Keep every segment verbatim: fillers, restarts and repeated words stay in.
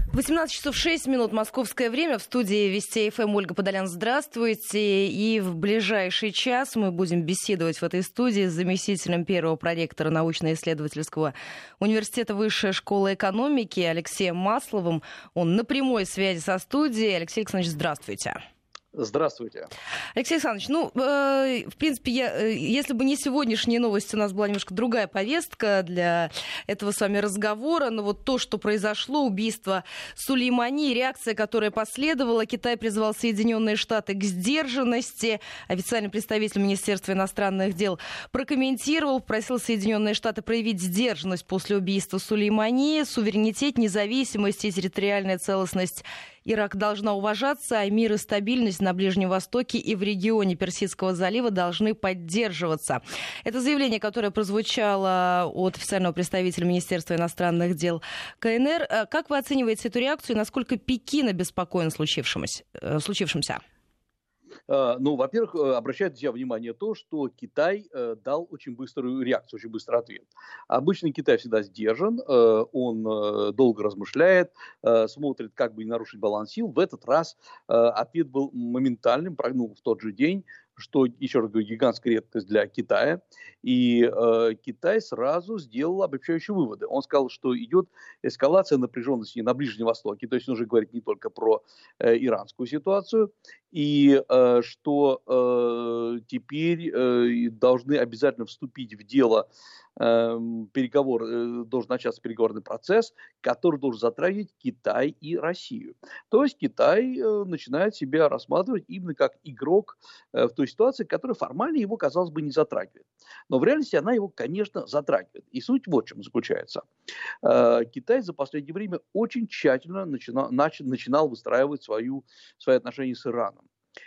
восемнадцать часов шесть минут, московское время. В студии Вести ФМ Ольга Подолян. Здравствуйте. И в ближайший час мы будем беседовать в этой студии с заместителем первого проректора научно-исследовательского университета Высшей школы экономики Алексеем Масловым. Он на прямой связи со студией. Алексей Александрович, здравствуйте. Здравствуйте. Алексей Александрович, ну, э, в принципе, я, э, если бы не сегодняшние новости, у нас была немножко другая повестка для этого с вами разговора, но вот то, что произошло, убийство Сулеймани, реакция, которая последовала, Китай призвал Соединенные Штаты к сдержанности, официальный представитель Министерства иностранных дел прокомментировал, просил Соединенные Штаты проявить сдержанность после убийства Сулеймани, суверенитет, независимость и территориальная целостность Ирак должна уважаться, а мир и стабильность на Ближнем Востоке и в регионе Персидского залива должны поддерживаться. Это заявление, которое прозвучало от официального представителя Министерства иностранных дел КНР. Как вы оцениваете эту реакцию и насколько Пекин обеспокоен случившимся? случившимся? Ну, во-первых, обращает на себя внимание то, что Китай дал очень быструю реакцию, очень быстрый ответ. Обычно Китай всегда сдержан, он долго размышляет, смотрит, как бы не нарушить баланс сил. В этот раз ответ был моментальным, ну, в тот же день, что, еще раз говорю, гигантская редкость для Китая. И э, Китай сразу сделал обобщающие выводы. Он сказал, что идет эскалация напряженности на Ближнем Востоке. То есть он уже говорит не только про э, иранскую ситуацию. И э, что э, теперь э, должны обязательно вступить в дело э, переговор, э, должен начаться переговорный процесс, который должен затрагивать Китай и Россию. То есть Китай э, начинает себя рассматривать именно как игрок э, в той ситуации, которая формально его, казалось бы, не затрагивает. Но в реальности она его, конечно, затрагивает. И суть вот в чем заключается. Э, Китай за последнее время очень тщательно начинал, нач, начинал выстраивать свою, свои отношения с Ираном.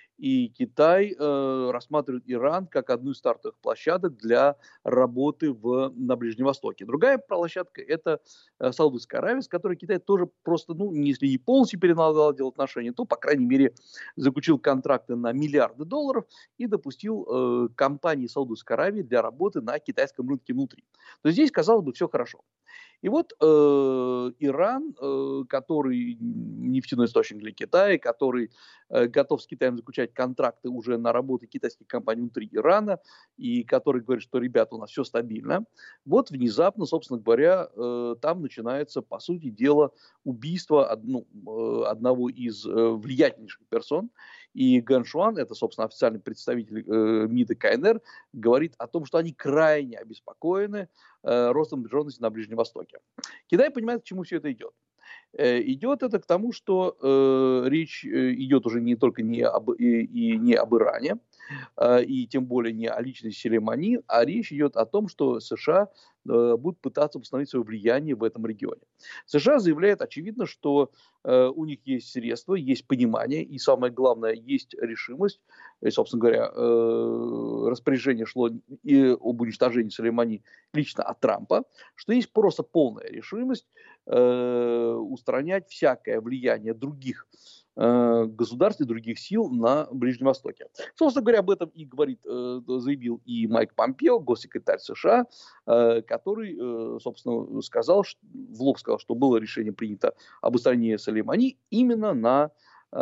И Китай э, рассматривает Иран как одну из стартовых площадок для работы в, на Ближнем Востоке. Другая площадка – это э, Саудовская Аравия, с которой Китай тоже просто, ну, если не полностью переналадил отношения, то, по крайней мере, заключил контракты на миллиарды долларов и допустил э, компании Саудовской Аравии для работы на китайском рынке внутри. То есть здесь, казалось бы, все хорошо. И вот э, Иран, э, который нефтяной источник для Китая, который э, готов с Китаем заключать контракты уже на работу китайских компаний внутри Ирана, и который говорит, что, ребята, у нас все стабильно, вот внезапно, собственно говоря, э, там начинается, по сути дела, убийство одну, э, одного из э, влиятельнейших персон. И Гэн Шуан, это, собственно, официальный представитель э, МИДа КНР, говорит о том, что они крайне обеспокоены э, ростом напряженности на Ближнем Востоке. Китай понимает, к чему все это идет. Э, идет это к тому, что э, речь идет уже не только не об, и, и не об Иране, э, и тем более не о личности Сулеймани, а речь идет о том, что США э, будут пытаться восстановить свое влияние в этом регионе. США заявляет, очевидно, что э, у них есть средства, есть понимание, и самое главное, есть решимость. И, собственно говоря, э, распоряжение шло и об уничтожении Сулеймани лично от Трампа, что есть просто полная решимость э, устранять всякое влияние других э, государств и других сил на Ближнем Востоке. Собственно говоря, об этом и говорит, э, заявил и Майк Помпео, госсекретарь США, э, который, э, собственно, сказал, что, в лоб сказал, что было решение принято об устранении Сулеймани именно на, э,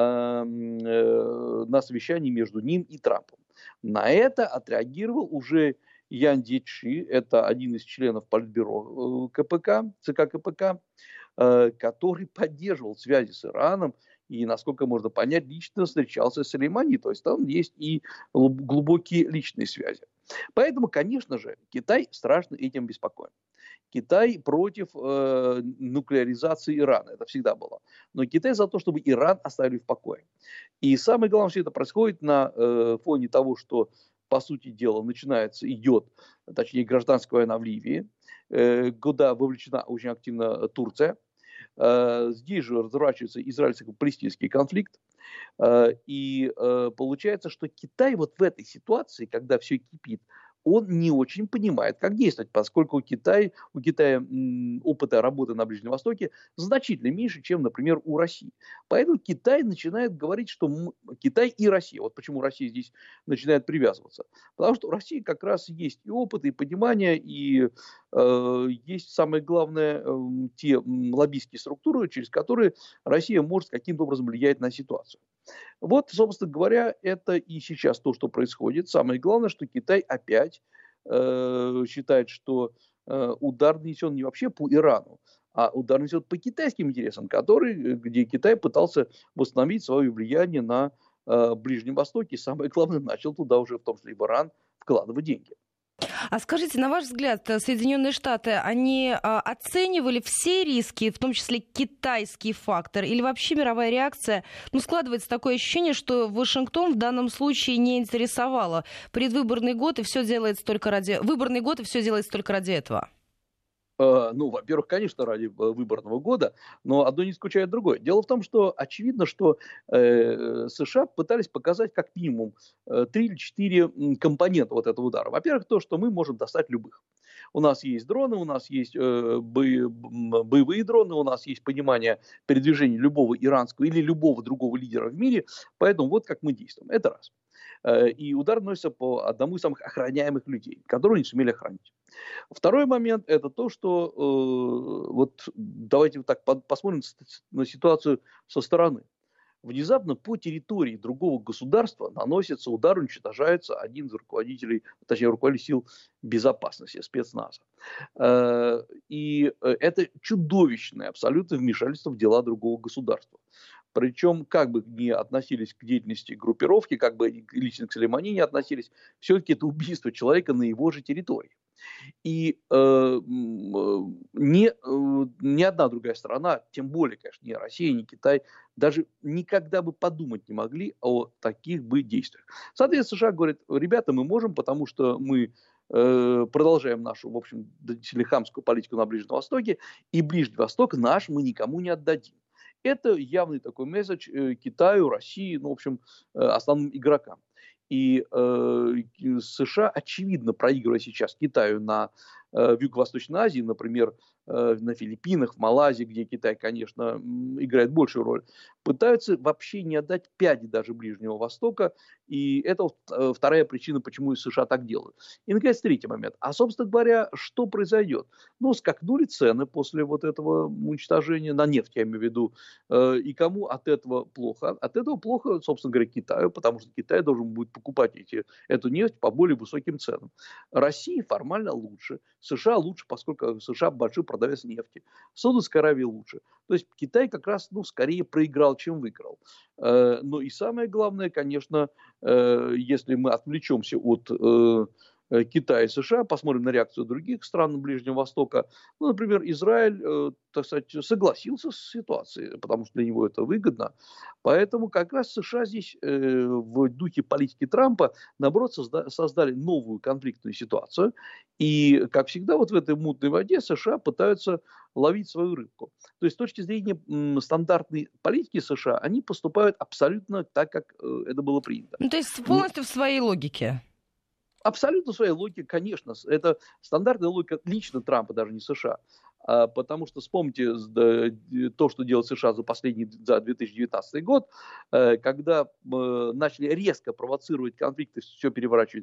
э, на совещании между ним и Трампом. На это отреагировал уже Ян Дечи, это один из членов Политбюро КПК, ЦК КПК, который поддерживал связи с Ираном и, насколько можно понять, лично встречался с Сулеймани. То есть там есть и глубокие личные связи. Поэтому, конечно же, Китай страшно этим беспокоен. Китай против э, нуклеаризации Ирана, это всегда было. Но Китай за то, чтобы Иран оставили в покое. И самое главное, что это происходит на э, фоне того, что, по сути дела, начинается, идет, точнее, гражданская война в Ливии, э, куда вовлечена очень активно Турция. Э, здесь же разворачивается израильско-палестинский конфликт. Э, и э, получается, что Китай вот в этой ситуации, когда все кипит, он не очень понимает, как действовать, поскольку у Китая, у Китая м, опыта работы на Ближнем Востоке значительно меньше, чем, например, у России. Поэтому Китай начинает говорить, что м, Китай и Россия, вот почему Россия здесь начинает привязываться. Потому что у России как раз есть и опыт, и понимание, и есть самое главное те лоббистские структуры, через которые Россия может каким-то образом влиять на ситуацию. Вот, собственно говоря, это и сейчас то, что происходит. Самое главное, что Китай опять э, считает, что э, удар нанесен не вообще по Ирану, а удар нанесен по китайским интересам, который, где Китай пытался восстановить свое влияние на э, Ближнем Востоке. И самое главное, начал туда уже, в том числе и в Иран, вкладывать деньги. А скажите, на ваш взгляд, Соединенные Штаты, они а, оценивали все риски, в том числе китайский фактор, или вообще мировая реакция? Ну, складывается такое ощущение, что Вашингтон в данном случае не интересовало предвыборный год, и все делается только ради... Выборный год, и все делается только ради этого. Ну, во-первых, конечно, ради выборного года, но одно не исключает другое. Дело в том, что очевидно, что э, США пытались показать как минимум три или четыре компонента вот этого удара. Во-первых, то, что мы можем достать любых. У нас есть дроны, у нас есть э, бо- боевые дроны, у нас есть понимание передвижения любого иранского или любого другого лидера в мире, поэтому вот как мы действуем. Это раз. И удар наносится по одному из самых охраняемых людей, которого не сумели охранить. Второй момент – это то, что э, вот давайте вот так посмотрим на ситуацию со стороны. Внезапно по территории другого государства наносится удар, уничтожается один из руководителей, точнее, руководителей сил безопасности, спецназа. Э, и это чудовищное абсолютно вмешательство в дела другого государства. Причем, как бы ни относились к деятельности группировки, как бы лично к Сулеймани не относились, все-таки это убийство человека на его же территории. И э, ни, э, ни одна другая страна, тем более, конечно, ни Россия, ни Китай, даже никогда бы подумать не могли о таких бы действиях. Соответственно, США говорят, ребята, мы можем, потому что мы э, продолжаем нашу, в общем, хамскую политику на Ближнем Востоке, и Ближний Восток наш мы никому не отдадим. Это явный такой месседж э, Китаю, России, ну, в общем, э, основным игрокам. И э, США, очевидно, проигрывая сейчас Китаю на, э, в Юго-Восточной Азии, например, э, на Филиппинах, в Малайзии, где Китай, конечно, играет большую роль, пытаются вообще не отдать пяди даже Ближнего Востока. И это э, вторая причина, почему США так делают. И, наконец, третий момент. А, собственно говоря, что произойдет? Ну, скакнули цены после вот этого уничтожения, на нефть, я имею в виду. Э, и кому от этого плохо? От этого плохо, собственно говоря, Китаю, потому что Китай должен будет покупать эти, эту нефть по более высоким ценам. Россия формально лучше, США лучше, поскольку США большой продавец нефти, Саудовская Аравия лучше. То есть Китай как раз, ну, скорее проиграл, чем выиграл. Э, но и самое главное, конечно, э, если мы отвлечемся от э, Китая и США, посмотрим на реакцию других стран Ближнего Востока. Ну, например, Израиль, э, так сказать, согласился с ситуацией, потому что для него это выгодно. Поэтому как раз США здесь э, в духе политики Трампа, наоборот, созда- создали новую конфликтную ситуацию. И, как всегда, вот в этой мутной воде США пытаются ловить свою рыбку. То есть с точки зрения м, стандартной политики США, они поступают абсолютно так, как э, это было принято. Ну, то есть полностью в своей логике. Абсолютно своей логике, конечно. Это стандартная логика лично Трампа, даже не США. А, потому что вспомните то, что делал США за последний, за две тысячи девятнадцатый год, когда начали резко провоцировать конфликты, все переворачивать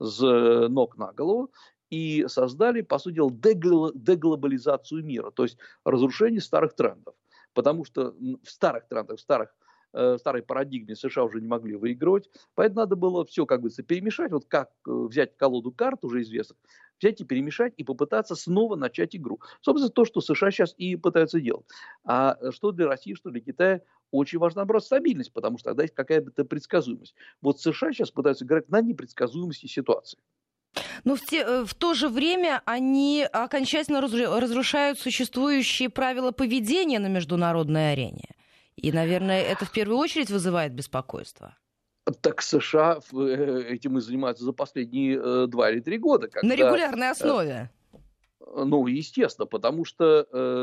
с ног на голову, и создали, по сути дела, деглобализацию мира, то есть разрушение старых трендов. Потому что в старых трендах, в старых в старой парадигме США уже не могли выигрывать, поэтому надо было все, как бы, перемешать, вот как взять колоду карт уже известных, взять и перемешать и попытаться снова начать игру. Собственно, то, что США сейчас и пытаются делать. А что для России, что для Китая очень важна, наоборот, стабильность, потому что тогда есть какая-то предсказуемость. Вот США сейчас пытаются играть на непредсказуемости ситуации. Но в, те, в то же время они окончательно разрушают существующие правила поведения на международной арене. И, наверное, это в первую очередь вызывает беспокойство. Так США этим и занимаются за последние два или три года. Когда, на регулярной основе. Ну, естественно, потому что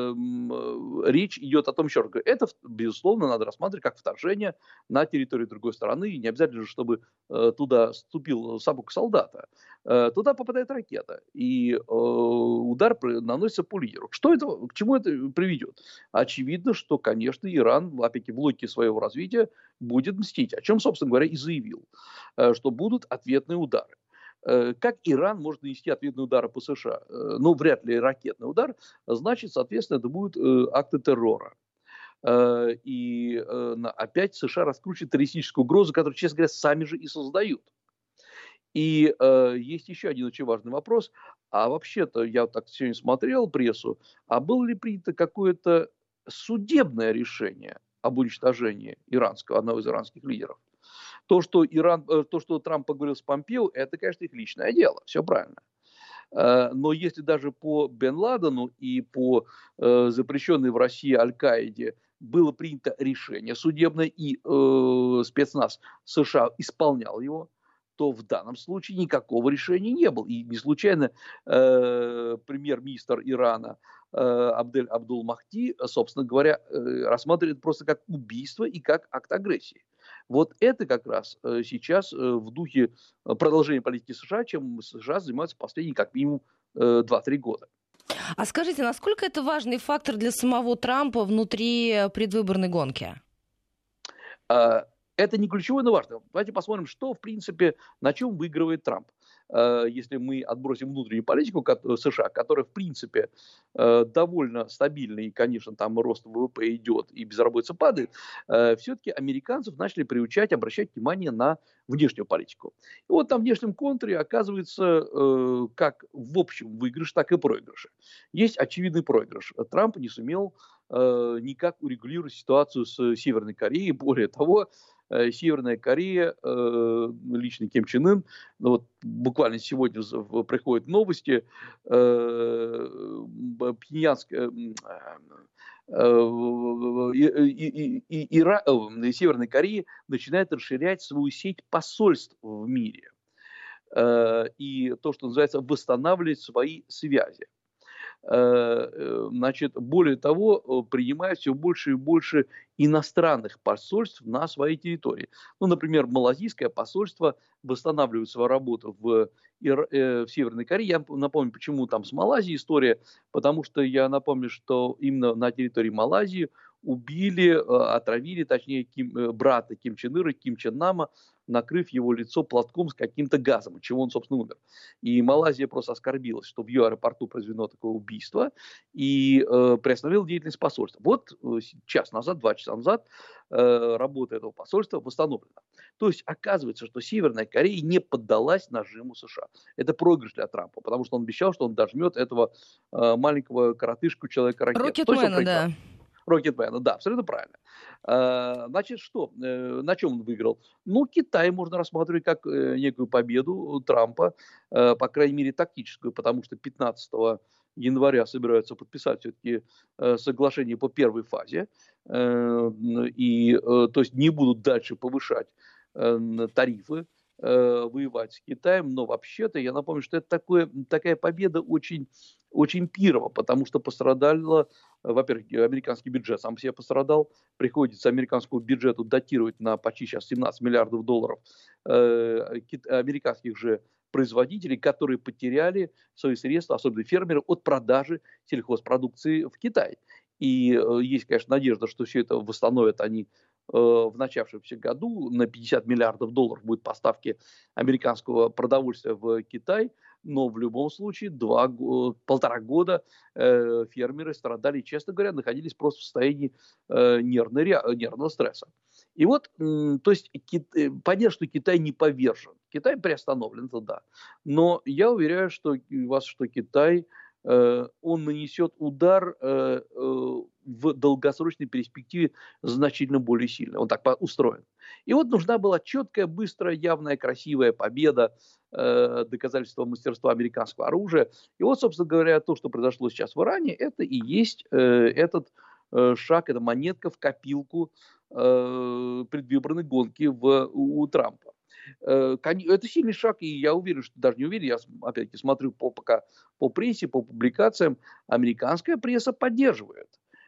э, речь идет о том, еще раз говорю, это, безусловно, надо рассматривать как вторжение на территорию другой страны, и не обязательно, чтобы э, туда вступил сапог солдата. Э, туда попадает ракета, и э, удар наносится по лидеру. Что это, к чему это приведет? Очевидно, что, конечно, Иран, опять-таки, в логике своего развития будет мстить, о чем, собственно говоря, и заявил, э, что будут ответные удары. Как Иран может нанести ответные удары по США? Ну, вряд ли ракетный удар. Значит, соответственно, это будут акты террора. И опять США раскручивают террористическую угрозу, которую, честно говоря, сами же и создают. И э, есть еще один очень важный вопрос. А вообще-то, я так сегодня смотрел прессу, а было ли принято какое-то судебное решение об уничтожении иранского, одного из иранских лидеров? То, что, Иран, э, то, что Трамп поговорил с Помпео, это, конечно, их личное дело, все правильно. Э, но если даже по Бен Ладену и по э, запрещенной в России Аль-Каиде было принято решение судебное, и э, спецназ США исполнял его, то в данном случае никакого решения не было. И не случайно э, премьер-министр Ирана э, Абдель Абдул-Махди, собственно говоря, э, рассматривает просто как убийство и как акт агрессии. Вот это как раз э, сейчас э, в духе продолжения политики США, чем США занимаются последние как минимум э, два-три года. А скажите, насколько это важный фактор для самого Трампа внутри предвыборной гонки? А, Это не ключевое, но важно. Давайте посмотрим, что, в принципе, на чем выигрывает Трамп. Если мы отбросим внутреннюю политику США, которая, в принципе, довольно стабильна, и, конечно, там рост ВВП идет, и безработица падает, все-таки американцев начали приучать, обращать внимание на внешнюю политику. И вот на внешнем контуре оказывается как в общем выигрыш, так и проигрыш. Есть очевидный проигрыш. Трамп не сумел никак урегулировать ситуацию с Северной Кореей. Более того, Северная Корея, лично Ким Чен Ын, ну вот буквально сегодня приходят новости, Пхеньянская, Северная Корея начинает расширять свою сеть посольств в мире. И то, что называется, восстанавливать свои связи. Значит, более того, принимают все больше и больше иностранных посольств на своей территории. Ну, например, малазийское посольство восстанавливает свою работу в, в Северной Корее. Я напомню, почему там с Малайзией история, потому что я напомню, что именно на территории Малайзии убили, отравили, точнее, Ким, брата Ким Чен Ира, Ким Чен Нама, накрыв его лицо платком с каким-то газом, от чего он, собственно, умер. И Малайзия просто оскорбилась, что в ее аэропорту произведено такое убийство, и э, приостановила деятельность посольства. Вот э, час назад, два часа назад, э, работа этого посольства восстановлена. То есть оказывается, что Северная Корея не поддалась нажиму США. Это проигрыш для Трампа, потому что он обещал, что он дожмет этого э, маленького коротышку человека-ракету. Рокетмена, да. Рокетмена, да, абсолютно правильно. Значит, что? На чем он выиграл? Ну, Китай можно рассматривать как некую победу Трампа, по крайней мере, тактическую, потому что пятнадцатого января собираются подписать все-таки соглашение по первой фазе, и, то есть, не будут дальше повышать тарифы, воевать с Китаем, но вообще-то я напомню, что это такое, такая победа очень, очень пирова, потому что пострадало, во-первых, американский бюджет сам себе пострадал, приходится американскому бюджету датировать на почти сейчас семнадцать миллиардов долларов э, американских же производителей, которые потеряли свои средства, особенно фермеры, от продажи сельхозпродукции в Китай. И э, есть, конечно, надежда, что все это восстановят они в начавшемся году. На пятьдесят миллиардов долларов будут поставки американского продовольствия в Китай, но в любом случае два, полтора года э, фермеры страдали, честно говоря, находились просто в состоянии э, нервной, нервного стресса. И вот, э, то есть, Кит, понятно, что Китай не повержен. Китай приостановлен, это да. Но я уверяю что, вас, что Китай, э, он нанесет удар э, э, в долгосрочной перспективе значительно более сильно. Он так устроен. И вот нужна была четкая, быстрая, явная, красивая победа, э, доказательство мастерства американского оружия. И вот, собственно говоря, то, что произошло сейчас в Иране, это и есть э, этот э, шаг, эта монетка в копилку э, предвыборной гонки в, у, у Трампа. Э, это сильный шаг, и я уверен, что даже не уверен, я опять-таки смотрю по, пока по прессе, по публикациям, американская пресса поддерживает.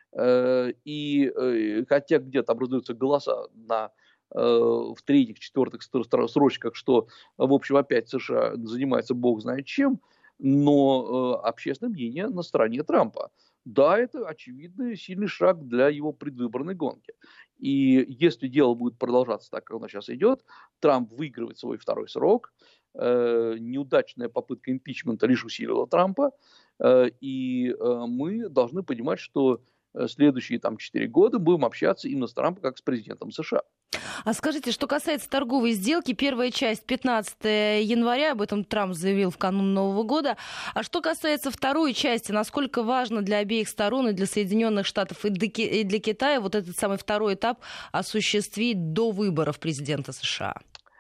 И хотя где-то образуются голоса на, в третьих, четвертых строчках, что, в общем, опять США занимается бог знает чем, но общественное мнение на стороне Трампа. да, это очевидный сильный шаг для его предвыборной гонки. И если дело будет продолжаться так, как оно сейчас идет, Трамп выигрывает свой второй срок, э, неудачная попытка импичмента лишь усилила Трампа, э, и э, мы должны понимать, что следующие там четыре года будем общаться именно с Трампом как с президентом США. А скажите, что касается торговой сделки, первая часть пятнадцатого января, об этом Трамп заявил в канун Нового года. А что касается второй части, насколько важно для обеих сторон, и для Соединенных Штатов, и для Китая, вот этот самый второй этап осуществить до выборов президента США?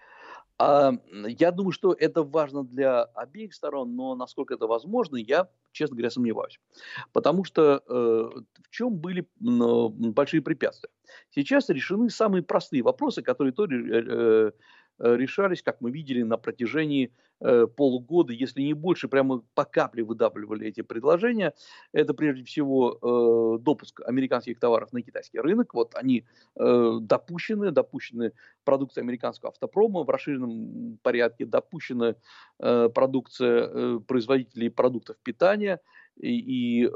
Я думаю, что это важно для обеих сторон, но насколько это возможно, я, честно говоря, сомневаюсь. Потому что э, в чем были э, большие препятствия? Сейчас решены самые простые вопросы, которые то э, решались, как мы видели, на протяжении э, полугода, если не больше, прямо по капле выдавливали эти предложения. Это прежде всего э, допуск американских товаров на китайский рынок. Вот они э, допущены, допущены продукция американского автопрома, в расширенном порядке допущена э, продукция э, производителей продуктов питания. И, и, э,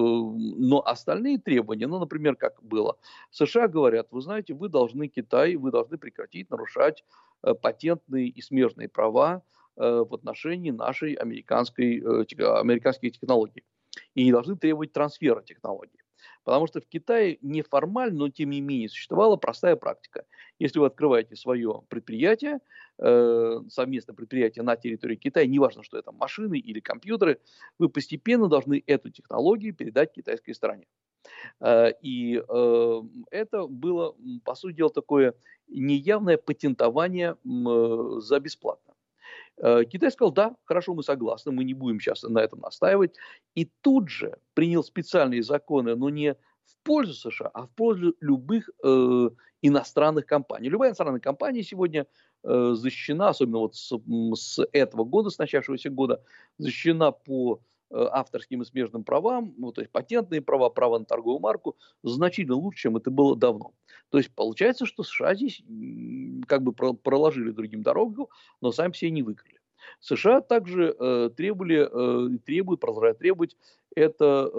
но остальные требования, ну, например, как было, США говорят, вы знаете, вы должны, Китай, вы должны прекратить нарушать э, патентные и смежные права э, в отношении нашей американской, э, американских технологий. И не должны требовать трансфера технологий. Потому что в Китае неформально, но тем не менее существовала простая практика. Если вы открываете свое предприятие, э, совместное предприятие на территории Китая, неважно, что это машины или компьютеры, вы постепенно должны эту технологию передать китайской стороне. Э, и э, это было, по сути дела, такое неявное патентование э, за бесплатно. Китай сказал, да, хорошо, мы согласны, мы не будем сейчас на этом настаивать. И тут же принял специальные законы, но не в пользу США, а в пользу любых э, иностранных компаний. Любая иностранная компания сегодня э, защищена, особенно вот с, с этого года, с начавшегося года, защищена по э, авторским и смежным правам, ну, то есть патентные права, право на торговую марку, значительно лучше, чем это было давно. То есть получается, что США здесь как бы проложили другим дорогу, но сами все не выиграли. США также э, требовали, э, требуют, продолжают требовать, это,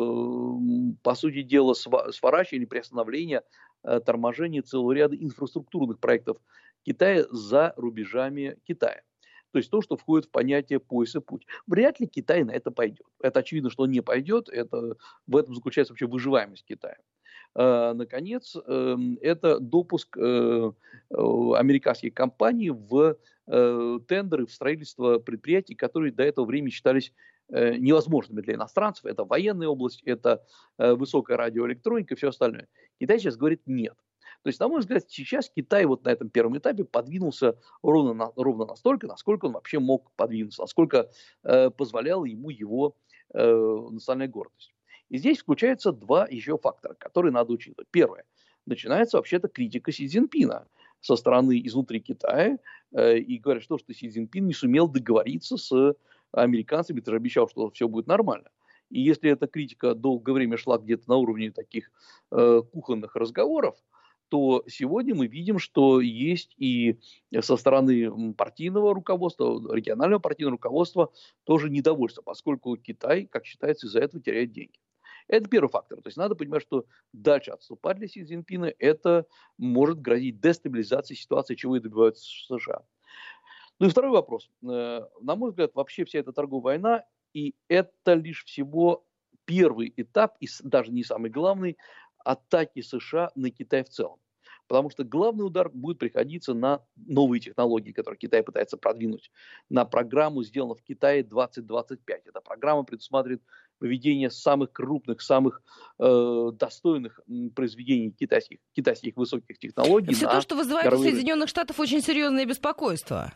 э, по сути дела, сворачивание, приостановление, э, торможение целого ряда инфраструктурных проектов Китая за рубежами Китая. То есть то, что входит в понятие пояс и путь. Вряд ли Китай на это пойдет. Это очевидно, что он не пойдет. Это, в этом заключается вообще выживаемость Китая. Э, наконец, э, это допуск э, американских компаний в э, тендеры, в строительство предприятий, которые до этого времени считались э, невозможными для иностранцев. Это военная область, это э, высокая радиоэлектроника и все остальное. Китай сейчас говорит нет. То есть, на мой взгляд, сейчас Китай вот на этом первом этапе подвинулся ровно, на, ровно настолько, насколько он вообще мог подвинуться, насколько э, позволяла ему его э, национальная гордость. И здесь включаются два еще фактора, которые надо учитывать. Первое. Начинается вообще-то критика Си Цзиньпина со стороны изнутри Китая. Э, и говорят, что, что Си Цзиньпин не сумел договориться с американцами, ты же обещал, что все будет нормально. И если эта критика долгое время шла где-то на уровне таких э, кухонных разговоров, то сегодня мы видим, что есть и со стороны партийного руководства, регионального партийного руководства тоже недовольство, поскольку Китай, как считается, из-за этого теряет деньги. Это первый фактор. То есть надо понимать, что дальше отступать для Си Цзиньпина это может грозить дестабилизацией ситуации, чего и добиваются США. Ну и второй вопрос. На мой взгляд, вообще вся эта торговая война, и это лишь всего первый этап, и даже не самый главный, атаки США на Китай в целом. Потому что главный удар будет приходиться на новые технологии, которые Китай пытается продвинуть, на программу, сделанную в Китае двадцать двадцать пять. Эта программа предусматривает выведение самых крупных, самых э, достойных произведений китайских, китайских высоких технологий. Все на то, что вызывает у Соединенных Штатов очень серьезное беспокойство.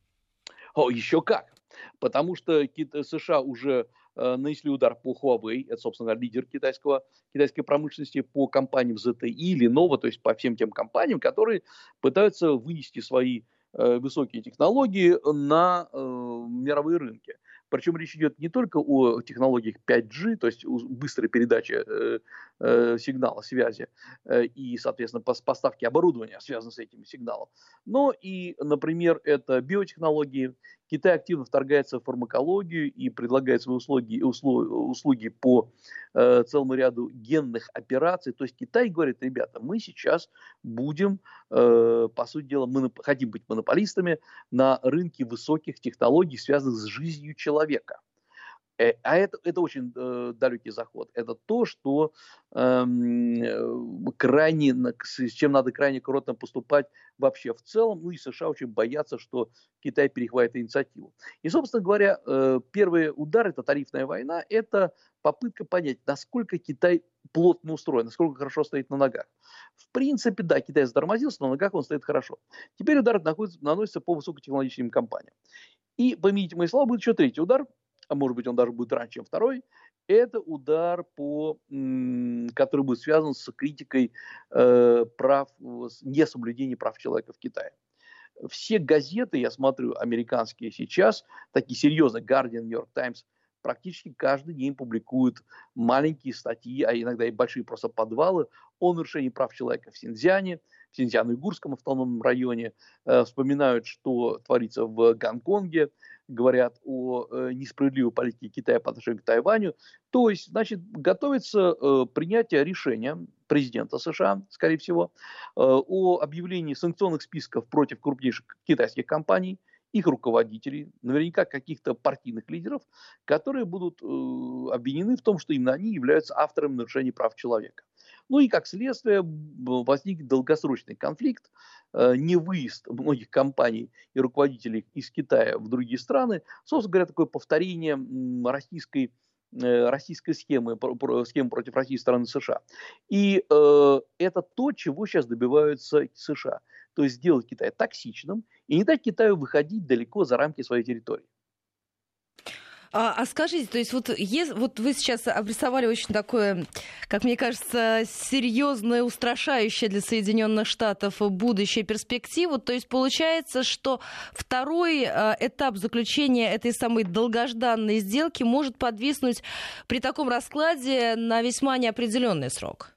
О, еще как. Потому что США уже э, нанесли удар по Huawei, это, собственно, лидер китайского, китайской промышленности, по компаниям зет ти и, Lenovo, то есть по всем тем компаниям, которые пытаются вынести свои э, высокие технологии на э, мировые рынки. Причем речь идет не только о технологиях пять джи, то есть быстрой передаче э, э, сигнала связи э, и, соответственно, поставки оборудования, связанного с этим сигналом, но и, например, это биотехнологии. Китай активно вторгается в фармакологию и предлагает свои услуги, услуги, услуги по э, целому ряду генных операций. То есть Китай говорит, ребята, мы сейчас будем, э, по сути дела, моноп... хотим быть монополистами на рынке высоких технологий, связанных с жизнью человека. А это, это очень э, далекий заход. Это то, что э, крайне, с чем надо крайне аккуратно поступать вообще в целом. Ну и США очень боятся, что Китай перехватит инициативу. И, собственно говоря, э, первый удар, это тарифная война, это попытка понять, насколько Китай плотно устроен, насколько хорошо стоит на ногах. В принципе, да, Китай затормозился, но на ногах он стоит хорошо. Теперь удар находится, наносится по высокотехнологичным компаниям. И, помните мои слова, будет еще третий удар, а может быть он даже будет раньше, чем второй, это удар, по, который будет связан с критикой э, прав, с несоблюдением прав человека в Китае. Все газеты, я смотрю, американские сейчас, такие серьезные, Guardian, New York Times, практически каждый день публикуют маленькие статьи, а иногда и большие просто подвалы о нарушении прав человека в Синьцзяне, в Синьцзяно-Уйгурском автономном районе, э, вспоминают, что творится в Гонконге, говорят о э, несправедливой политике Китая по отношению к Тайваню. То есть, значит, готовится э, принятие решения президента США, скорее всего, э, о объявлении санкционных списков против крупнейших китайских компаний, их руководителей, наверняка каких-то партийных лидеров, которые будут э, обвинены в том, что именно они являются авторами нарушений прав человека. Ну и как следствие возник долгосрочный конфликт, э, невыезд многих компаний и руководителей из Китая в другие страны, собственно говоря, такое повторение российской, э, российской схемы, про, схемы против России стороны США. И э, это то, чего сейчас добиваются США. То есть сделать Китай токсичным и не дать Китаю выходить далеко за рамки своей территории. А, а скажите, то есть вот, есть, вот вы сейчас обрисовали очень такое, как мне кажется, серьезное, устрашающее для Соединенных Штатов будущее перспективу. То есть получается, что второй а, этап заключения этой самой долгожданной сделки может подвиснуть при таком раскладе на весьма неопределенный срок.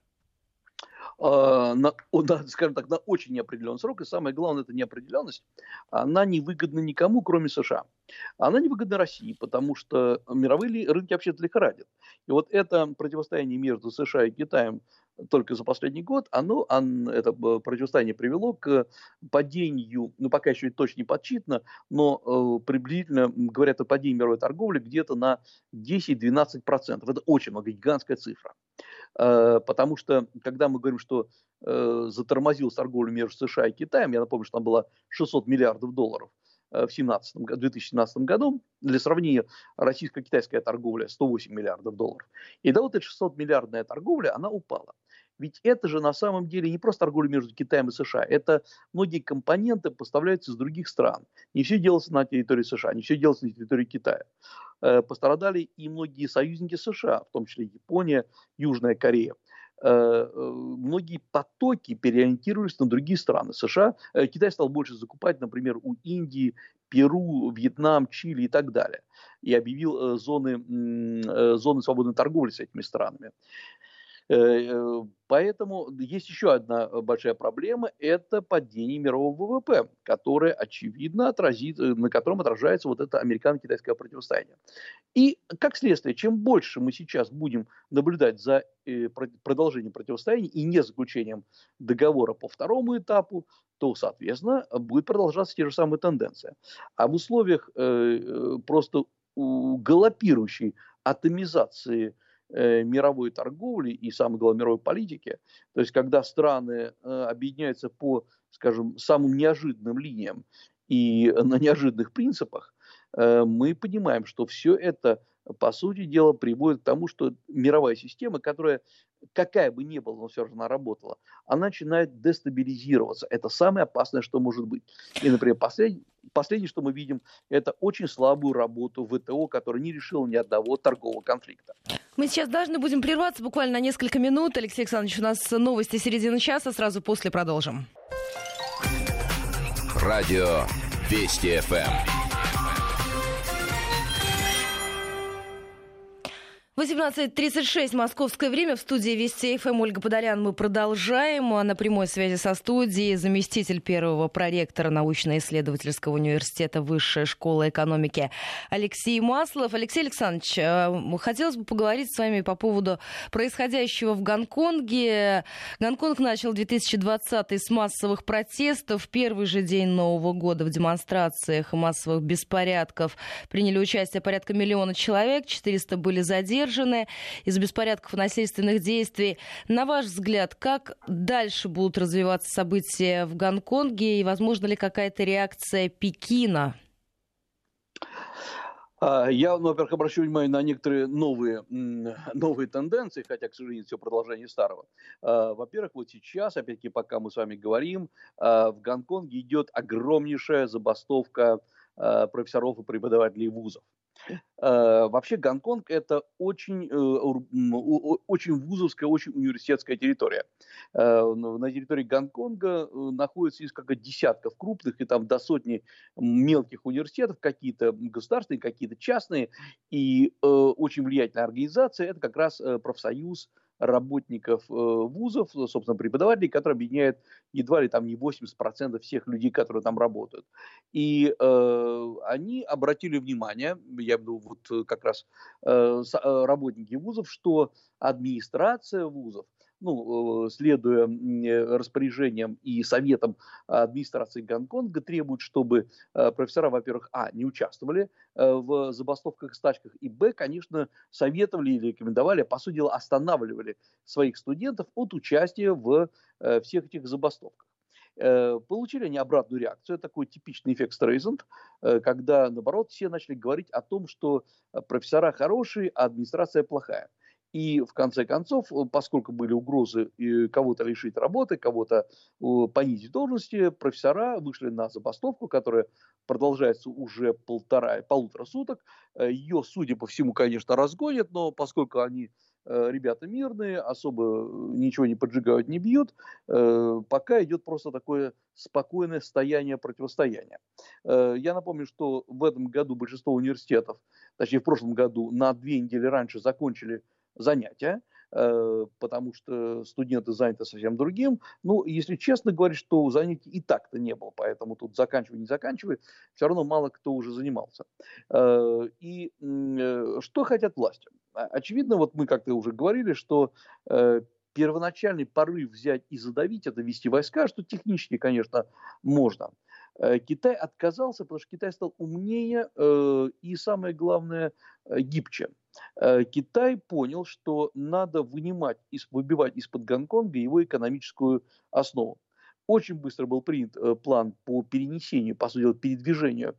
На, на, скажем так, на очень неопределенный срок, и самое главное, эта неопределенность, она не выгодна никому, кроме США. Она не выгодна России, потому что мировые рынки вообще-то лихорадят. И вот это противостояние между США и Китаем только за последний год, оно, оно, это противостояние привело к падению, ну пока еще точно не подсчитано, но э, приблизительно говорят о падении мировой торговли где-то на десять-двенадцать процентов. Это очень много, гигантская цифра. Э, потому что, когда мы говорим, что э, затормозилась торговля между США и Китаем, я напомню, что там было шестьсот миллиардов долларов в две тысячи семнадцатом году, для сравнения, российско-китайская торговля сто восемь миллиардов долларов. И да, вот эта шестисотмиллиардная торговля, она упала. Ведь это же на самом деле не просто торговля между Китаем и США, это многие компоненты поставляются из других стран. Не все делается на территории США, не все делается на территории Китая. Пострадали и многие союзники США, в том числе Япония, Южная Корея. Многие потоки переориентировались на другие страны. США, Китай стал больше закупать, например, у Индии, Перу, Вьетнам, Чили и так далее. И объявил зоны, зоны свободной торговли с этими странами. Поэтому есть еще одна большая проблема – это падение мирового ВВП, которое, очевидно, отразит, на котором отражается вот это американо-китайское противостояние. И, как следствие, чем больше мы сейчас будем наблюдать за продолжением противостояния и не заключением договора по второму этапу, то, соответственно, будет продолжаться те же самые тенденции. А в условиях просто галопирующей атомизации мировой торговли и, самое главное, мировой политики, то есть когда страны э, объединяются по, скажем, самым неожиданным линиям и на неожиданных принципах, э, мы понимаем, что все это, по сути дела, приводит к тому, что мировая система, которая, какая бы ни была, но все равно работала, она начинает дестабилизироваться. Это самое опасное, что может быть. И, например, последний, последнее, что мы видим, это очень слабую работу ВТО, которая не решила ни одного торгового конфликта. Мы сейчас должны будем прерваться буквально на несколько минут. Алексей Александрович, у нас новости середины часа, сразу после продолжим. Радио Вести ФМ. восемнадцать тридцать шесть московское время. В студии Вести ФМ Ольга Подолян. Мы продолжаем. На прямой связи со студией заместитель первого проректора научно-исследовательского университета Высшая школа экономики Алексей Маслов. Алексей Александрович, хотелось бы поговорить с вами по поводу происходящего в Гонконге. Гонконг начал две тысячи двадцатый с массовых протестов. В первый же день Нового года в демонстрациях и массовых беспорядков приняли участие порядка миллиона человек. четыреста были задержаны из-за беспорядков и насильственных действий. На ваш взгляд, как дальше будут развиваться события в Гонконге и возможно ли какая-то реакция Пекина? Я, ну, во-первых, обращу внимание на некоторые новые, новые тенденции, хотя, к сожалению, все продолжение старого. Во-первых, вот сейчас, опять-таки, пока мы с вами говорим, в Гонконге идет огромнейшая забастовка профессоров и преподавателей вузов. Вообще Гонконг – это очень, очень вузовская, очень университетская территория. На территории Гонконга находится несколько десятков крупных и там до сотни мелких университетов, какие-то государственные, какие-то частные. И очень влиятельная организация – это как раз профсоюз работников э, вузов, собственно, преподавателей, которые объединяют едва ли там не восемьдесят процентов всех людей, которые там работают. И э, они обратили внимание, я имею в виду вот как раз э, работники вузов, что администрация вузов, ну, следуя распоряжениям и советам администрации Гонконга, требует, чтобы профессора, во-первых, а, не участвовали в забастовках и стачках, и, б, конечно, советовали или рекомендовали, по сути дела, останавливали своих студентов от участия в всех этих забастовках. Получили они обратную реакцию, это такой типичный эффект Стрейзанд, когда, наоборот, все начали говорить о том, что профессора хорошие, а администрация плохая. И в конце концов, поскольку были угрозы кого-то лишить работы, кого-то понизить должности, профессора вышли на забастовку, которая продолжается уже полтора, полутора суток. Ее, судя по всему, конечно, разгонят, но поскольку они ребята мирные, особо ничего не поджигают, не бьют, пока идет просто такое спокойное состояние противостояния. Я напомню, что в этом году большинство университетов, точнее в прошлом году, на две недели раньше закончили занятия, потому что студенты заняты совсем другим. Ну, если честно говорить, что занятий и так-то не было, поэтому тут заканчивай, не заканчивай, все равно мало кто уже занимался. И что хотят власти? Очевидно, вот мы как-то уже говорили, что первоначальный порыв взять и задавить, это ввести войска, что технически, конечно, можно. Китай отказался, потому что Китай стал умнее и, самое главное, гибче. Китай понял, что надо вынимать, выбивать из-под Гонконга его экономическую основу. Очень быстро был принят план по перенесению, по сути дела, передвижению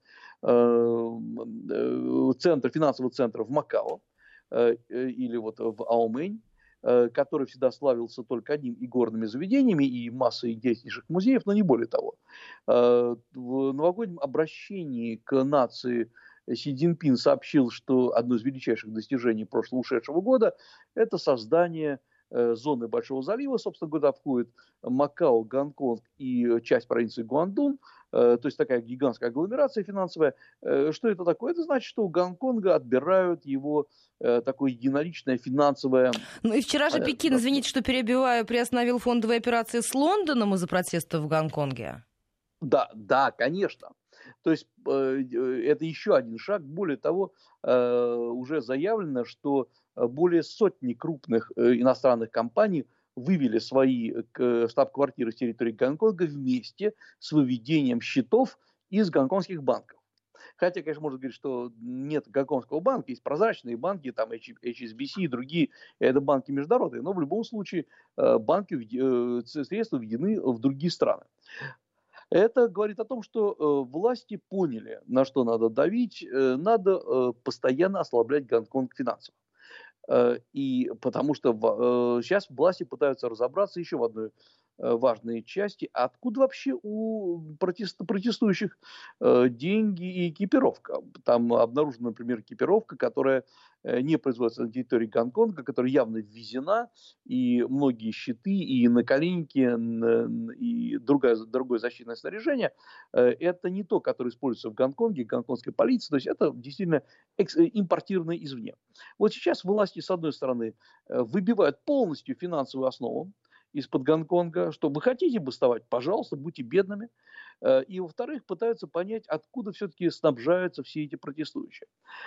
центра, финансового центра в Макао или вот в Аомэнь, который всегда славился только одним игорными заведениями и массой интереснейших музеев, но не более того. В новогоднем обращении к нации Си Цзиньпин сообщил, что одно из величайших достижений прошлого ушедшего года – это создание зоны Большого залива, собственно, куда входит Макао, Гонконг и часть провинции Гуандун, то есть такая гигантская агломерация финансовая. Что это такое? Это значит, что у Гонконга отбирают его такое единоличное финансовое... Ну и вчера же Пекин, извините, что перебиваю, приостановил фондовые операции с Лондоном из-за протестов в Гонконге. Да, да, конечно. То есть это еще один шаг. Более того, уже заявлено, что более сотни крупных иностранных компаний вывели свои штаб-квартиры с территории Гонконга вместе с выведением счетов из гонконгских банков. Хотя, конечно, можно говорить, что нет гонконгского банка, есть прозрачные банки, там эйч эс би си и другие, это банки международные, но в любом случае банки, средства введены в другие страны. Это говорит о том, что э, власти поняли, на что надо давить, э, надо э, постоянно ослаблять Гонконг финансово. Э, и потому что э, сейчас власти пытаются разобраться еще в одной важные части. А откуда вообще у протест, протестующих э, деньги и экипировка? Там обнаружена, например, экипировка, которая э, не производится на территории Гонконга, которая явно ввезена, и многие щиты, и наколенники, и другое, другое защитное снаряжение, э, это не то, которое используется в Гонконге, гонконгской полиции, то есть это действительно экс, импортированное извне. Вот сейчас власти, с одной стороны, выбивают полностью финансовую основу из-под Гонконга, что вы хотите бастовать, пожалуйста, будьте бедными. И, во-вторых, пытаются понять, откуда все-таки снабжаются все эти протестующие.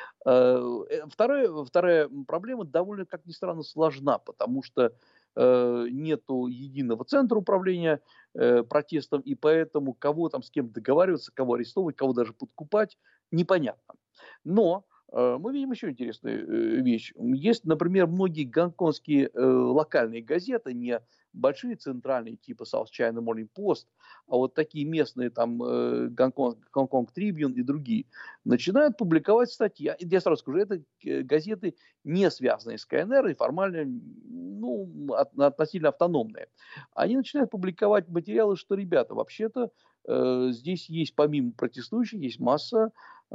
Вторая, вторая проблема довольно, как ни странно, сложна, потому что нету единого центра управления протестом, и поэтому кого там с кем договариваться, кого арестовывать, кого даже подкупать, непонятно. Но мы видим еще интересную вещь. Есть, например, многие гонконгские э, локальные газеты, не большие центральные, типа South China Morning Post, а вот такие местные, там, э, Гонконг Трибьюн и другие, начинают публиковать статьи. Я сразу скажу, это газеты, не связанные с КНР и формально, ну, от, относительно автономные. Они начинают публиковать материалы, что, ребята, вообще-то э, здесь есть, помимо протестующих, есть масса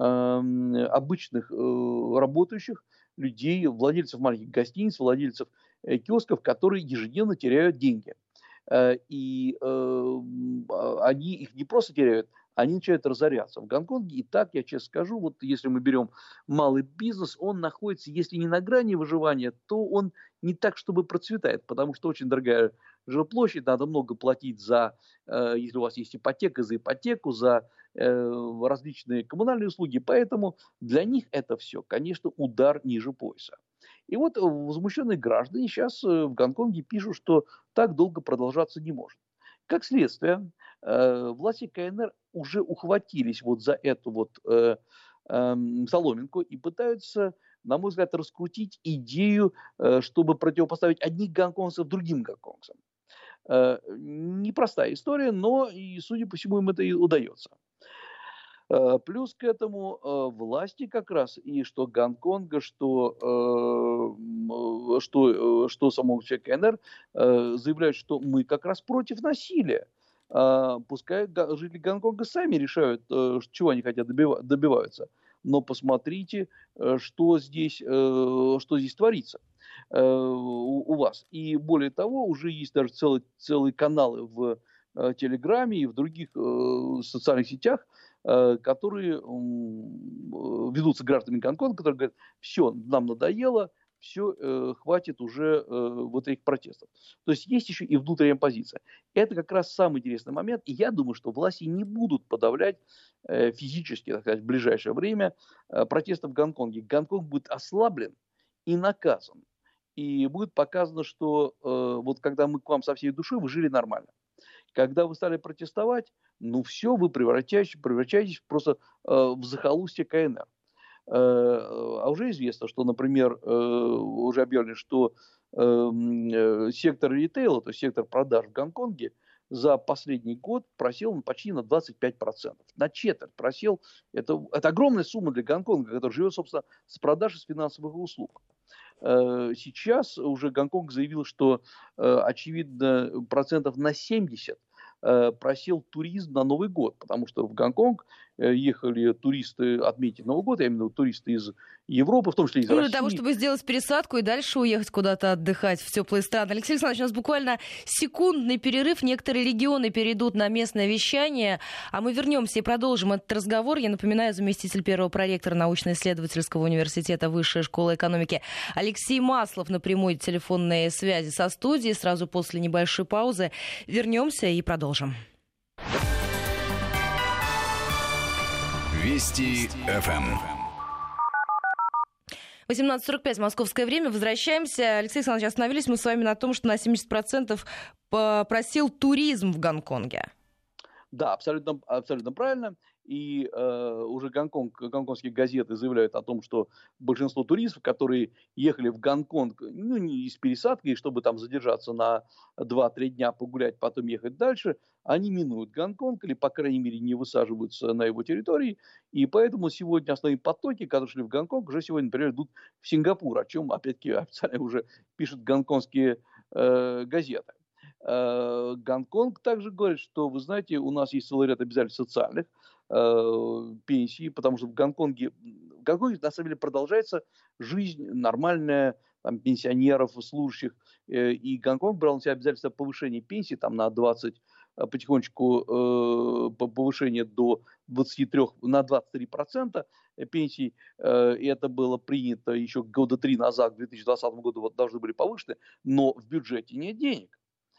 обычных работающих людей, владельцев маленьких гостиниц, владельцев киосков, которые ежедневно теряют деньги. И они их не просто теряют, они начинают разоряться. В Гонконге и так, я честно скажу, вот если мы берем малый бизнес, он находится, если не на грани выживания, то он не так, чтобы процветает, потому что очень дорогая жилплощадь, надо много платить за, если у вас есть ипотека, за ипотеку, за различные коммунальные услуги, поэтому для них это все, конечно, удар ниже пояса. И вот возмущенные граждане сейчас в Гонконге пишут, что так долго продолжаться не может. Как следствие, власти КНР уже ухватились вот за эту вот э, э, соломинку и пытаются, на мой взгляд, раскрутить идею, э, чтобы противопоставить одних гонконгцев другим гонконгцам. Э, непростая история, но, и, судя по всему, им это и удается. Э, плюс к этому э, власти как раз, и что Гонконга, что, э, что, э, что самого КНР э, заявляют, что мы как раз против насилия. Uh, пускай жители Гонконга сами решают, uh, чего они хотят добива- добиваются. Но посмотрите, uh, что, здесь, uh, что здесь творится uh, у, у вас. И более того, уже есть даже целые, целые каналы в uh, Телеграме и в других uh, социальных сетях, uh, которые um, ведутся гражданами Гонконга, которые говорят, все, нам надоело, все, э, хватит уже э, вот этих протестов. То есть есть еще и внутренняя позиция. Это как раз самый интересный момент. И я думаю, что власти не будут подавлять э, физически, так сказать, в ближайшее время э, протесты в Гонконге. Гонконг будет ослаблен и наказан. И будет показано, что э, вот когда мы к вам со всей душой, вы жили нормально. Когда вы стали протестовать, ну все, вы превращаетесь, превращаетесь просто э, в захолустье КНР. А уже известно, что, например, уже объявлено, что сектор ритейла, то есть сектор продаж в Гонконге за последний год просел почти на двадцать пять процентов. На четверть просел. Это, это огромная сумма для Гонконга, который живет, собственно, с продаж и с финансовых услуг. Сейчас уже Гонконг заявил, что, очевидно, процентов на семьдесят просел туризм на Новый год, потому что в Гонконг ехали туристы отметить Новый год, я имею в виду туристы из Европы, в том числе из ну, России. Для того, чтобы сделать пересадку и дальше уехать куда-то отдыхать в теплые страны. Алексей Александрович, у нас буквально секундный перерыв. Некоторые регионы перейдут на местное вещание, а мы вернемся и продолжим этот разговор. Я напоминаю, заместитель первого проректора научно-исследовательского университета Высшей школы экономики Алексей Маслов на прямой телефонной связи со студией. Сразу после небольшой паузы вернемся и продолжим. Вести эф эм. восемнадцать сорок пять московское время. Возвращаемся. Алексей Александрович, остановились мы с вами на том, что на семьдесят процентов просел туризм в Гонконге. Да, абсолютно, абсолютно правильно. И э, уже Гонконг, гонконгские газеты заявляют о том, что большинство туристов, которые ехали в Гонконг, ну, не с пересадкой, чтобы там задержаться на два-три дня, погулять, потом ехать дальше, они минуют Гонконг или, по крайней мере, не высаживаются на его территории. И поэтому сегодня основные потоки, которые шли в Гонконг, уже сегодня, например, идут в Сингапур, о чем, опять-таки, официально уже пишут гонконгские э, газеты. Э, Гонконг также говорит, что, вы знаете, у нас есть целый ряд обязательств социальных, э, пенсий, потому что в Гонконге, в Гонконге на самом деле продолжается жизнь нормальная, там, пенсионеров, служащих, э, и Гонконг брал на себя обязательство повышения пенсий там на двадцать, э, потихонечку э, по- повышение до двадцати трёх, на двадцать три процента пенсий, э, и это было принято еще года три назад, к две тысячи двадцатому году вот должны были повышены, но в бюджете нет денег.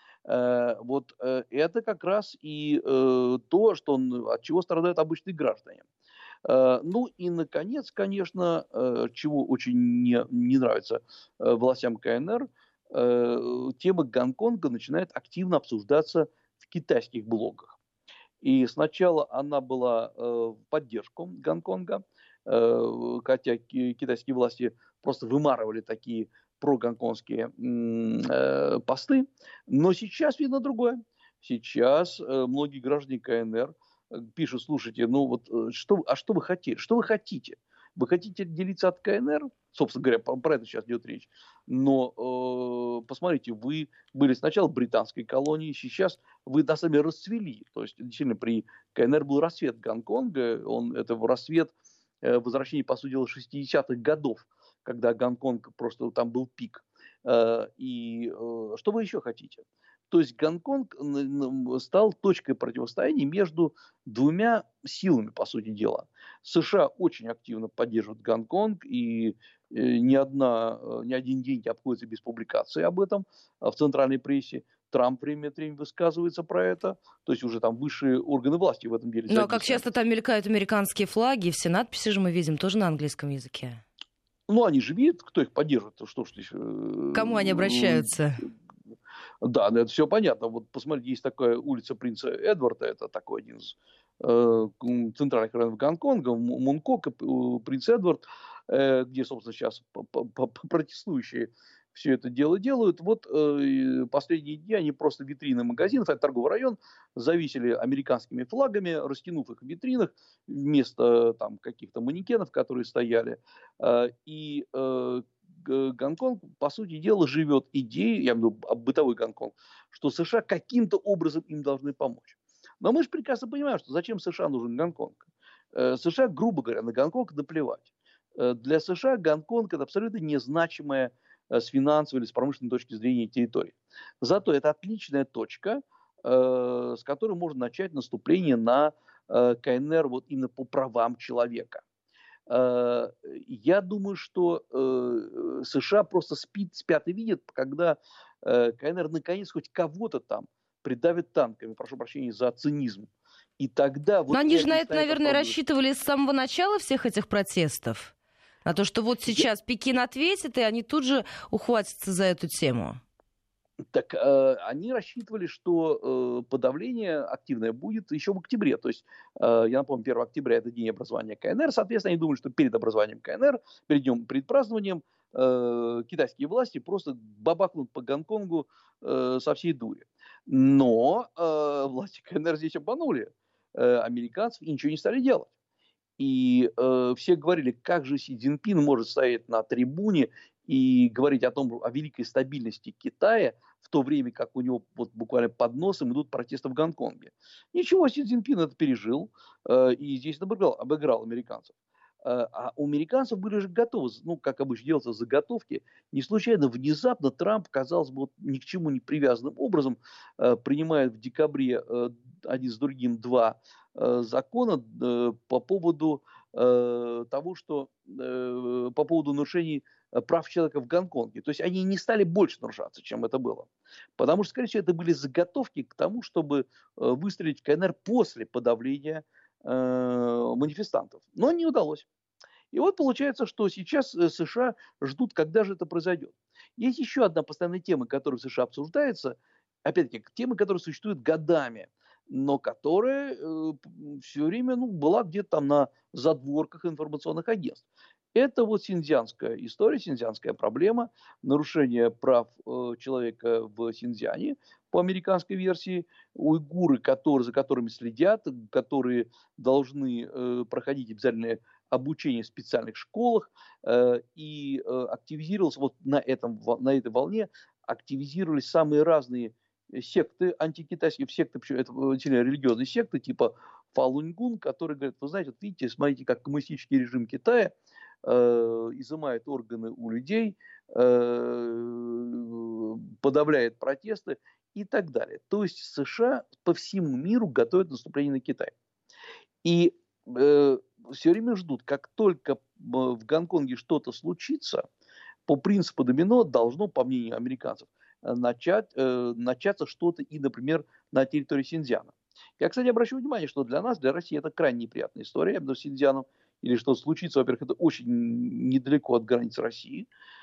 Э, вот э, это как раз и э, то, что, н- от чего страдают обычные граждане. Э, Ну и, наконец, конечно, э, чего очень не, не нравится э, властям КНР, э, тема Гонконга начинает активно обсуждаться в китайских блогах. И сначала она была э, в поддержку Гонконга, э, хотя ки- китайские власти просто вымарывали такие прогонконгские м, э, посты. Но сейчас видно другое. Сейчас э, многие граждане КНР э, пишут: слушайте, ну вот, э, что, а что вы хотите? Что вы хотите? Вы хотите делиться от КНР? Собственно говоря, про, про это сейчас идет речь. Но э, посмотрите, вы были сначала британской колонией, сейчас вы на самом деле расцвели. То есть, действительно, при КНР был рассвет Гонконга, он, это рассвет э, возвращения, по сути дела, шестидесятых годов, когда Гонконг просто там был пик. Э, и э, что вы еще хотите? То есть Гонконг стал точкой противостояния между двумя силами, по сути дела. США очень активно поддерживают Гонконг, и ни, одна, ни один день не обходится без публикации об этом в центральной прессе. Трамп время от времени высказывается про это, то есть уже там высшие органы власти в этом деле Ну а как задействованы. часто там мелькают американские флаги, все надписи же мы видим тоже на английском языке. Ну, они же видят, кто их поддерживает, что ж здесь... К кому они э, обращаются? Да, ну, это все понятно. Вот посмотрите, есть такая улица Принца Эдварда, это такой один из э, центральных районов Гонконга, Мункок, э, Принц Эдвард, э, где, собственно, сейчас протестующие все это дело делают. Вот э, последние дни они просто витрины магазинов, это торговый район, зависели американскими флагами, растянув их в витринах вместо там каких-то манекенов, которые стояли. Э, и э, Гонконг, по сути дела, живет идеей, я имею в виду бытовой Гонконг, что США каким-то образом им должны помочь. Но мы же прекрасно понимаем, что зачем США нужен Гонконг. США, грубо говоря, на Гонконг наплевать. Для США Гонконг – это абсолютно незначимая с финансовой или с промышленной точки зрения территория. Зато это отличная точка, с которой можно начать наступление на КНР вот именно по правам человека. Я думаю, что США просто спит, спят и видят, когда КНР наконец хоть кого-то там придавит танками, прошу прощения за цинизм. И тогда Но вот они же это на и это, станет наверное, оправдывать. рассчитывали с самого начала всех этих протестов. На то, что вот Я- сейчас Пекин ответит, и они тут же ухватятся за эту тему. Так э, они рассчитывали, что э, подавление активное будет еще в октябре. То есть, э, я напомню, первого октября это день образования КНР. Соответственно, они думали, что перед образованием КНР, перед днем, перед празднованием, э, китайские власти просто бабахнут по Гонконгу э, со всей дури. Но э, власти КНР здесь обманули э, американцев и ничего не стали делать. И э, все говорили, как же Си Цзиньпин может стоять на трибуне и говорить о том, о великой стабильности Китая, в то время как у него вот буквально под носом идут протесты в Гонконге. Ничего, Си Цзиньпин это пережил э, и здесь обыграл, обыграл американцев. Э, а у американцев были же готовы, ну, как обычно делаются заготовки. Не случайно, внезапно Трамп, казалось бы, вот, ни к чему не привязанным образом э, принимает в декабре э, один с другим два э, закона э, по поводу э, того, что э, по поводу нарушений прав человека в Гонконге. То есть они не стали больше нарушаться, чем это было. Потому что, скорее всего, это были заготовки к тому, чтобы э, выстрелить в КНР после подавления э, манифестантов. Но не удалось. И вот получается, что сейчас э, США ждут, когда же это произойдет. Есть еще одна постоянная тема, которая в США обсуждается. Опять-таки, тема, которая существует годами, но которая э, все время ну, была где-то там на задворках информационных агентств. Это вот синьцзянская история, синьцзянская проблема, нарушение прав э, человека в Синьцзяне по американской версии, уйгуры, которые, за которыми следят, которые должны э, проходить обязательное обучение в специальных школах, э, и э, активизировался вот на, этом, на этой волне активизировались самые разные секты антикитайские, секты, это сильно религиозные секты, типа Фалун-Гонг, которые говорят, вы знаете, вот видите, смотрите, как коммунистический режим Китая э, изымает органы у людей, э, подавляет протесты и так далее. То есть США по всему миру готовят наступление на Китай. И э, все время ждут, как только в Гонконге что-то случится, по принципу домино должно, по мнению американцев, начать, э, начаться что-то и, например, на территории Синьцзяна. Я, кстати, обращаю внимание, что для нас, для России, это крайне неприятная история, именно с Синьцзяном, или что случится, во-первых, это очень недалеко от границы России.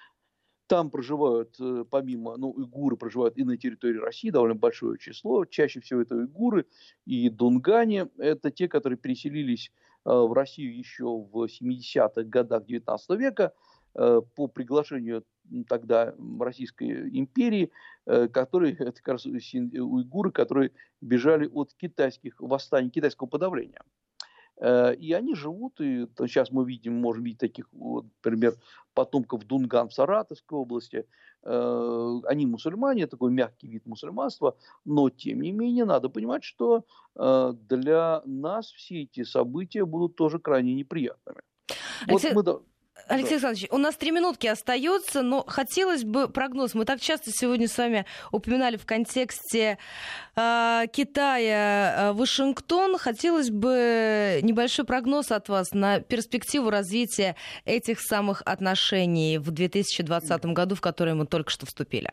Там проживают, помимо, ну, уйгуры проживают и на территории России, довольно большое число. Чаще всего это уйгуры и дунгане. Это те, которые переселились в Россию еще в семидесятых годах девятнадцатого века по приглашению тогда Российской империи, которые, это как раз уйгуры, которые бежали от китайских восстаний, китайского подавления. И они живут, и сейчас мы видим, можем видеть таких, вот, например, потомков дунган в Саратовской области. Они мусульмане, такой мягкий вид мусульманства, но тем не менее надо понимать, что для нас все эти события будут тоже крайне неприятными. Алексей... Вот мы... Алексей Александрович, у нас три минутки остается, но хотелось бы прогноз. Мы так часто сегодня с вами упоминали в контексте э, Китая э, Вашингтон. Хотелось бы небольшой прогноз от вас на перспективу развития этих самых отношений в две тысячи двадцатом году, в который мы только что вступили.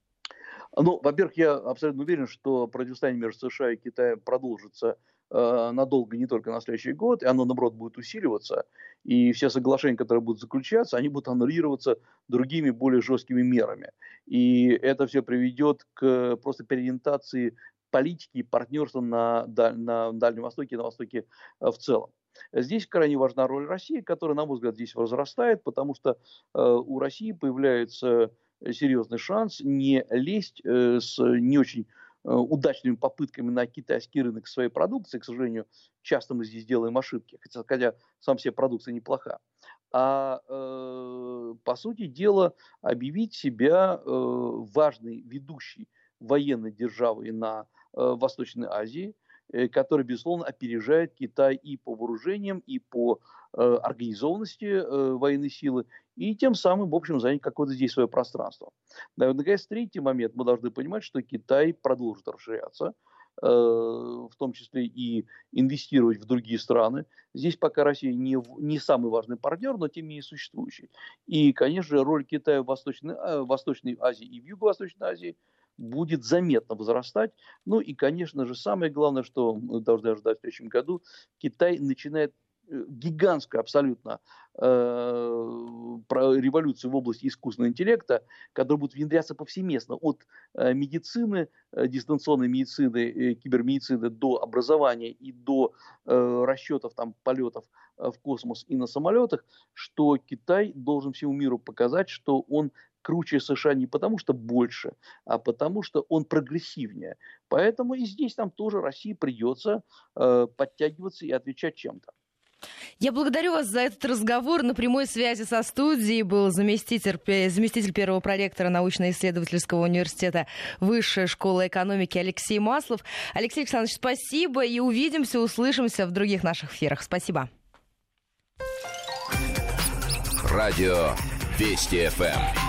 Ну, во-первых, я абсолютно уверен, что противостояние между США и Китаем продолжится э, надолго, не только на следующий год, и оно, наоборот, будет усиливаться. И все соглашения, которые будут заключаться, они будут аннулироваться другими, более жесткими мерами. И это все приведет к просто переориентации политики и партнерства на, на Дальнем Востоке и на Востоке в целом. Здесь крайне важна роль России, которая, на мой взгляд, здесь возрастает, потому что э, у России появляется серьезный шанс не лезть э, с не очень э, удачными попытками на китайский рынок своей продукции. К сожалению, часто мы здесь делаем ошибки, хотя, хотя сам себе продукция неплоха. А э, по сути дела объявить себя э, важной ведущей военной державой на э, Восточной Азии, э, которая, безусловно, опережает Китай и по вооружениям, и по э, организованности э, военной силы, и тем самым, в общем, занять какое-то здесь свое пространство. Наконец, третий момент. Мы должны понимать, что Китай продолжит расширяться, э, в том числе и инвестировать в другие страны. Здесь пока Россия не, не самый важный партнер, но тем не менее существующий. И, конечно же, роль Китая в Восточной, в Восточной Азии и в Юго-Восточной Азии будет заметно возрастать. Ну и, конечно же, самое главное, что мы должны ожидать в следующем году, Китай начинает гигантскую абсолютно э, революцию в области искусственного интеллекта, которая будет внедряться повсеместно от э, медицины, э, дистанционной медицины, э, кибермедицины до образования и до э, расчетов там, полетов э, в космос и на самолетах, что Китай должен всему миру показать, что он круче США не потому, что больше, а потому, что он прогрессивнее. Поэтому и здесь нам тоже России придется э, подтягиваться и отвечать чем-то. Я благодарю вас за этот разговор. На прямой связи со студией был заместитель, заместитель первого проректора научно-исследовательского университета Высшей школы экономики Алексей Маслов. Алексей Александрович, спасибо, и увидимся, услышимся в других наших эфирах. Спасибо. Радио Вести ФМ.